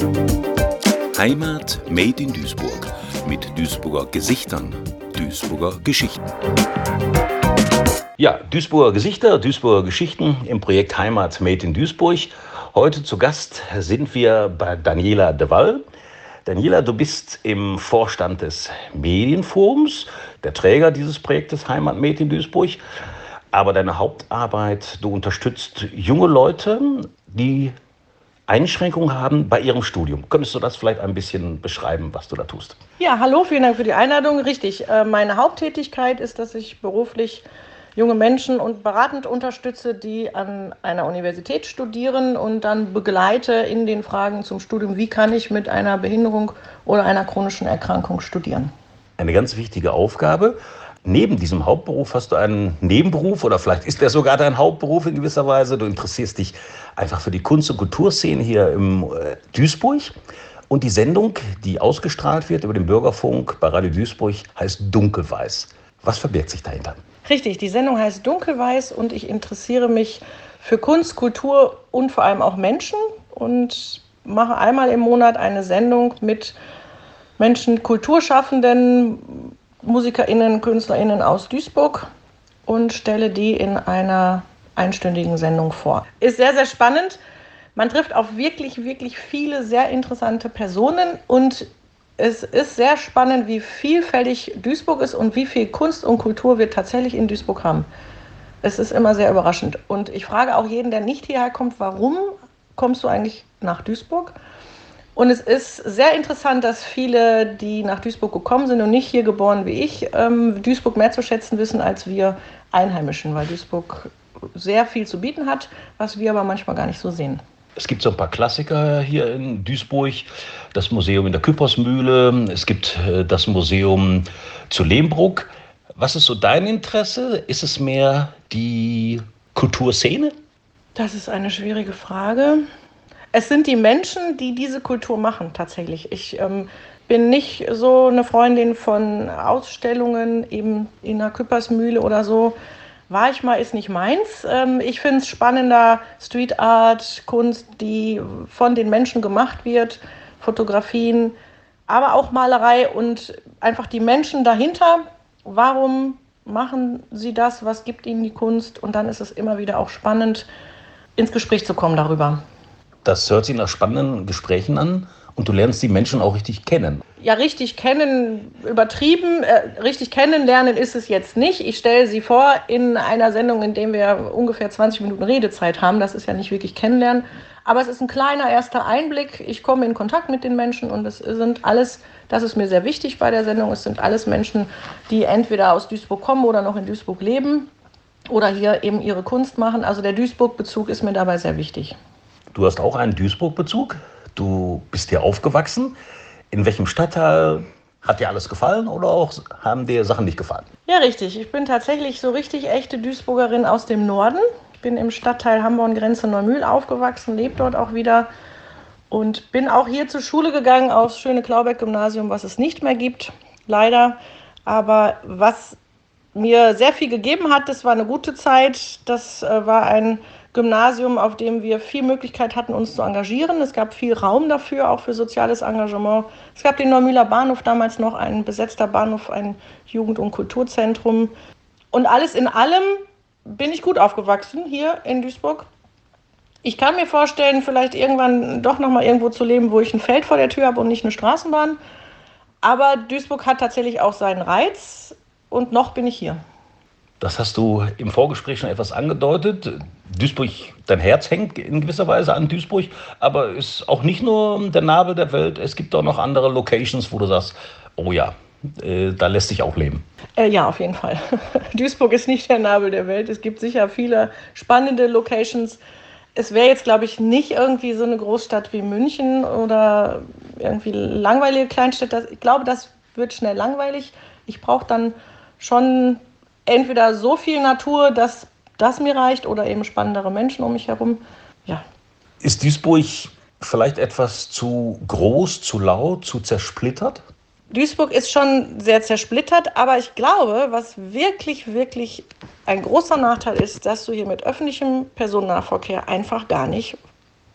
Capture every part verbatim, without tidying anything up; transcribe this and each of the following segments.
Heimat made in Duisburg mit Duisburger Gesichtern, Duisburger Geschichten. Ja, Duisburger Gesichter, Duisburger Geschichten im Projekt Heimat made in Duisburg. Heute zu Gast sind wir bei Daniela de Waal. Daniela, du bist im Vorstand des Medienforums, der Träger dieses Projektes Heimat made in Duisburg. Aber deine Hauptarbeit, du unterstützt junge Leute, die Einschränkungen haben bei ihrem Studium. Könntest du das vielleicht ein bisschen beschreiben, was du da tust? Ja, hallo, vielen Dank für die Einladung. Richtig, meine Haupttätigkeit ist, dass ich beruflich junge Menschen und beratend unterstütze, die an einer Universität studieren und dann begleite in den Fragen zum Studium, wie kann ich mit einer Behinderung oder einer chronischen Erkrankung studieren. Eine ganz wichtige Aufgabe. Neben diesem Hauptberuf hast du einen Nebenberuf oder vielleicht ist der sogar dein Hauptberuf in gewisser Weise. Du interessierst dich einfach für die Kunst- und Kulturszene hier im äh, Duisburg. Und die Sendung, die ausgestrahlt wird über den Bürgerfunk bei Radio Duisburg, heißt Dunkelweiß. Was verbirgt sich dahinter? Richtig, die Sendung heißt Dunkelweiß und ich interessiere mich für Kunst, Kultur und vor allem auch Menschen und mache einmal im Monat eine Sendung mit Menschen, Kulturschaffenden, MusikerInnen, KünstlerInnen aus Duisburg und stelle die in einer einstündigen Sendung vor. Ist sehr, sehr spannend. Man trifft auf wirklich, wirklich viele sehr interessante Personen und es ist sehr spannend, wie vielfältig Duisburg ist und wie viel Kunst und Kultur wir tatsächlich in Duisburg haben. Es ist immer sehr überraschend. Und ich frage auch jeden, der nicht hierher kommt, warum kommst du eigentlich nach Duisburg? Und es ist sehr interessant, dass viele, die nach Duisburg gekommen sind und nicht hier geboren wie ich, ähm, Duisburg mehr zu schätzen wissen als wir Einheimischen, weil Duisburg sehr viel zu bieten hat, was wir aber manchmal gar nicht so sehen. Es gibt so ein paar Klassiker hier in Duisburg. Das Museum in der Küppersmühle, es gibt das Museum zu Lehmbruck. Was ist so dein Interesse? Ist es mehr die Kulturszene? Das ist eine schwierige Frage. Es sind die Menschen, die diese Kultur machen, tatsächlich. Ich ähm, bin nicht so eine Freundin von Ausstellungen, eben in der Küppersmühle oder so. War ich mal, ist nicht meins. Ähm, ich finde es spannender, Street Art, Kunst, die von den Menschen gemacht wird, Fotografien, aber auch Malerei und einfach die Menschen dahinter. Warum machen sie das? Was gibt ihnen die Kunst? Und dann ist es immer wieder auch spannend, ins Gespräch zu kommen darüber. Das hört sich nach spannenden Gesprächen an und du lernst die Menschen auch richtig kennen. Ja, richtig kennen, übertrieben. Äh, richtig kennenlernen ist es jetzt nicht. Ich stelle sie vor in einer Sendung, in der wir ungefähr zwanzig Minuten Redezeit haben. Das ist ja nicht wirklich kennenlernen. Aber es ist ein kleiner erster Einblick. Ich komme in Kontakt mit den Menschen und es sind alles, das ist mir sehr wichtig bei der Sendung, es sind alles Menschen, die entweder aus Duisburg kommen oder noch in Duisburg leben oder hier eben ihre Kunst machen. Also der Duisburg-Bezug ist mir dabei sehr wichtig. Du hast auch einen Duisburg-Bezug. Du bist hier aufgewachsen. In welchem Stadtteil hat dir alles gefallen oder auch haben dir Sachen nicht gefallen? Ja, richtig. Ich bin tatsächlich so richtig echte Duisburgerin aus dem Norden. Ich bin im Stadtteil Hamborn-Grenze-Neumühl aufgewachsen, lebe dort auch wieder und bin auch hier zur Schule gegangen aufs schöne Klaubeck-Gymnasium, was es nicht mehr gibt, leider. Aber was mir sehr viel gegeben hat, das war eine gute Zeit. Das äh, war ein Gymnasium, auf dem wir viel Möglichkeit hatten, uns zu engagieren. Es gab viel Raum dafür, auch für soziales Engagement. Es gab den Neumühler Bahnhof, damals noch ein besetzter Bahnhof, ein Jugend- und Kulturzentrum. Und alles in allem bin ich gut aufgewachsen hier in Duisburg. Ich kann mir vorstellen, vielleicht irgendwann doch noch mal irgendwo zu leben, wo ich ein Feld vor der Tür habe und nicht eine Straßenbahn. Aber Duisburg hat tatsächlich auch seinen Reiz und noch bin ich hier. Das hast du im Vorgespräch schon etwas angedeutet. Duisburg, dein Herz hängt in gewisser Weise an Duisburg, aber es ist auch nicht nur der Nabel der Welt. Es gibt auch noch andere Locations, wo du sagst, oh ja, äh, da lässt sich auch leben. Äh, ja, auf jeden Fall. Duisburg ist nicht der Nabel der Welt. Es gibt sicher viele spannende Locations. Es wäre jetzt, glaube ich, nicht irgendwie so eine Großstadt wie München oder irgendwie langweilige Kleinstädte. Ich glaube, das wird schnell langweilig. Ich brauche dann schon entweder so viel Natur, dass das mir reicht, oder eben spannendere Menschen um mich herum. Ja. Ist Duisburg vielleicht etwas zu groß, zu laut, zu zersplittert? Duisburg ist schon sehr zersplittert, aber ich glaube, was wirklich, wirklich ein großer Nachteil ist, dass du hier mit öffentlichem Personennahverkehr einfach gar nicht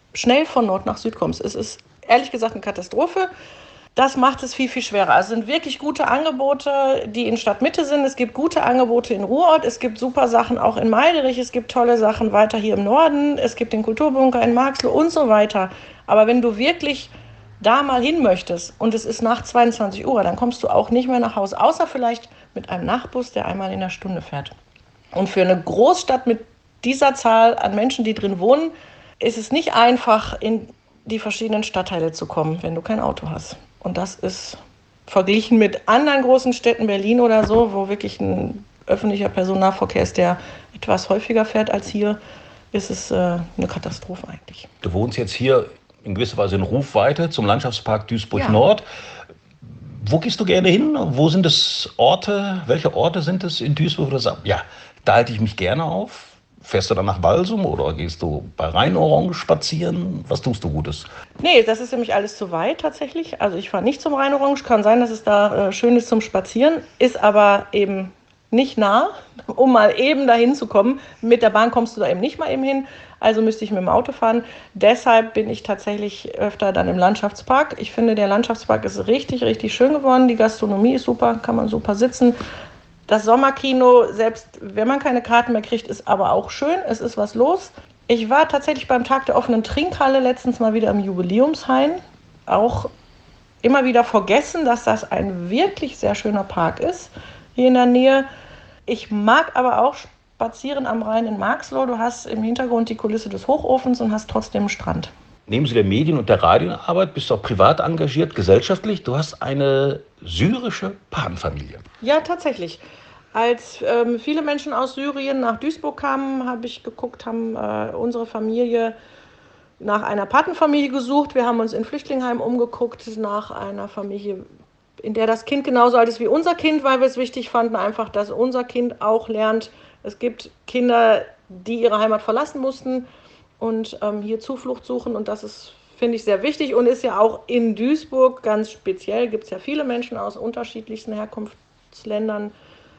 schnell von Nord nach Süd kommst. Es ist ehrlich gesagt eine Katastrophe. Das macht es viel, viel schwerer. Also es sind wirklich gute Angebote, die in Stadtmitte sind. Es gibt gute Angebote in Ruhrort. Es gibt super Sachen auch in Meiderich. Es gibt tolle Sachen weiter hier im Norden. Es gibt den Kulturbunker in Marxloh und so weiter. Aber wenn du wirklich da mal hin möchtest und es ist nach zweiundzwanzig Uhr, dann kommst du auch nicht mehr nach Hause, außer vielleicht mit einem Nachtbus, der einmal in der Stunde fährt. Und für eine Großstadt mit dieser Zahl an Menschen, die drin wohnen, ist es nicht einfach, in die verschiedenen Stadtteile zu kommen, wenn du kein Auto hast. Und das ist verglichen mit anderen großen Städten, Berlin oder so, wo wirklich ein öffentlicher Personennahverkehr ist, der etwas häufiger fährt als hier, ist es äh, eine Katastrophe eigentlich. Du wohnst jetzt hier in gewisser Weise in Rufweite zum Landschaftspark Duisburg-Nord. Ja. Wo gehst du gerne hin? Wo sind es Orte? Welche Orte sind es in Duisburg? Oder sagst, ja, da halte ich mich gerne auf. Fährst du dann nach Walsum oder gehst du bei Rheinorange spazieren? Was tust du Gutes? Nee, das ist nämlich alles zu weit tatsächlich. Also ich fahre nicht zum Rheinorange. Kann sein, dass es da äh, schön ist zum Spazieren, ist aber eben nicht nah, um mal eben dahin zu kommen. Mit der Bahn kommst du da eben nicht mal eben hin. Also müsste ich mit dem Auto fahren. Deshalb bin ich tatsächlich öfter dann im Landschaftspark. Ich finde, der Landschaftspark ist richtig, richtig schön geworden. Die Gastronomie ist super, kann man super sitzen. Das Sommerkino, selbst wenn man keine Karten mehr kriegt, ist aber auch schön. Es ist was los. Ich war tatsächlich beim Tag der offenen Trinkhalle letztens mal wieder im Jubiläumshain. Auch immer wieder vergessen, dass das ein wirklich sehr schöner Park ist hier in der Nähe. Ich mag aber auch spazieren am Rhein in Marxloh. Du hast im Hintergrund die Kulisse des Hochofens und hast trotzdem einen Strand. Neben so der Medien- und der Radioarbeit bist du auch privat engagiert, gesellschaftlich. Du hast eine syrische Patenfamilie. Ja, tatsächlich. Als ähm, viele Menschen aus Syrien nach Duisburg kamen, habe ich geguckt, haben äh, unsere Familie nach einer Patenfamilie gesucht. Wir haben uns in Flüchtlingheim umgeguckt nach einer Familie, in der das Kind genauso alt ist wie unser Kind, weil wir es wichtig fanden, einfach, dass unser Kind auch lernt. Es gibt Kinder, die ihre Heimat verlassen mussten und ähm, hier Zuflucht suchen. Und das ist, finde ich, sehr wichtig und ist ja auch in Duisburg ganz speziell. Gibt es ja viele Menschen aus unterschiedlichsten Herkunftsländern.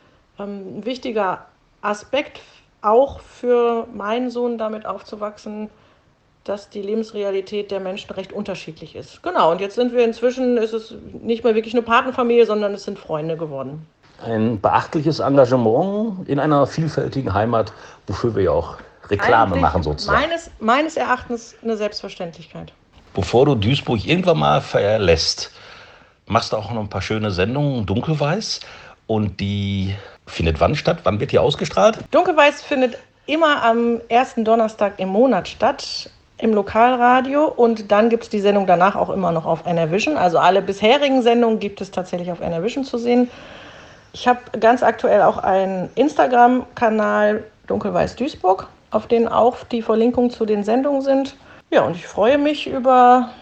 Ähm, ein wichtiger Aspekt auch für meinen Sohn, damit aufzuwachsen, dass die Lebensrealität der Menschen recht unterschiedlich ist. Genau, und jetzt sind wir inzwischen, ist es nicht mehr wirklich eine Patenfamilie, sondern es sind Freunde geworden. Ein beachtliches Engagement in einer vielfältigen Heimat, wofür wir ja auch Reklame Eigentlich machen sozusagen. Meines, meines Erachtens eine Selbstverständlichkeit. Bevor du Duisburg irgendwann mal verlässt, machst du auch noch ein paar schöne Sendungen, Dunkelweiß. Und die findet wann statt? Wann wird die ausgestrahlt? Dunkelweiß findet immer am ersten Donnerstag im Monat statt, im Lokalradio. Und dann gibt es die Sendung danach auch immer noch auf N R Vision. Also alle bisherigen Sendungen gibt es tatsächlich auf N R Vision zu sehen. Ich habe ganz aktuell auch einen Instagram-Kanal Dunkelweiß Duisburg, auf den auch die Verlinkungen zu den Sendungen sind. Ja, und ich freue mich über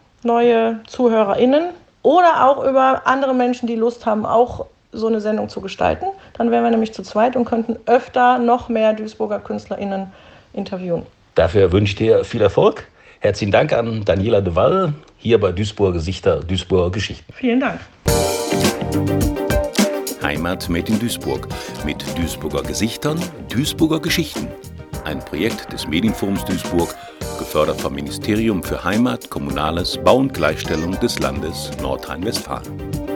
neue ZuhörerInnen oder auch über andere Menschen, die Lust haben, auch so eine Sendung zu gestalten. Dann wären wir nämlich zu zweit und könnten öfter noch mehr Duisburger KünstlerInnen interviewen. Dafür wünsche ich dir viel Erfolg. Herzlichen Dank an Daniela de Waal, hier bei Duisburger Gesichter, Duisburger Geschichten. Vielen Dank. Heimat made in Duisburg mit Duisburger Gesichtern, Duisburger Geschichten. Ein Projekt des Medienforums Duisburg, gefördert vom Ministerium für Heimat, Kommunales, Bau und Gleichstellung des Landes Nordrhein-Westfalen.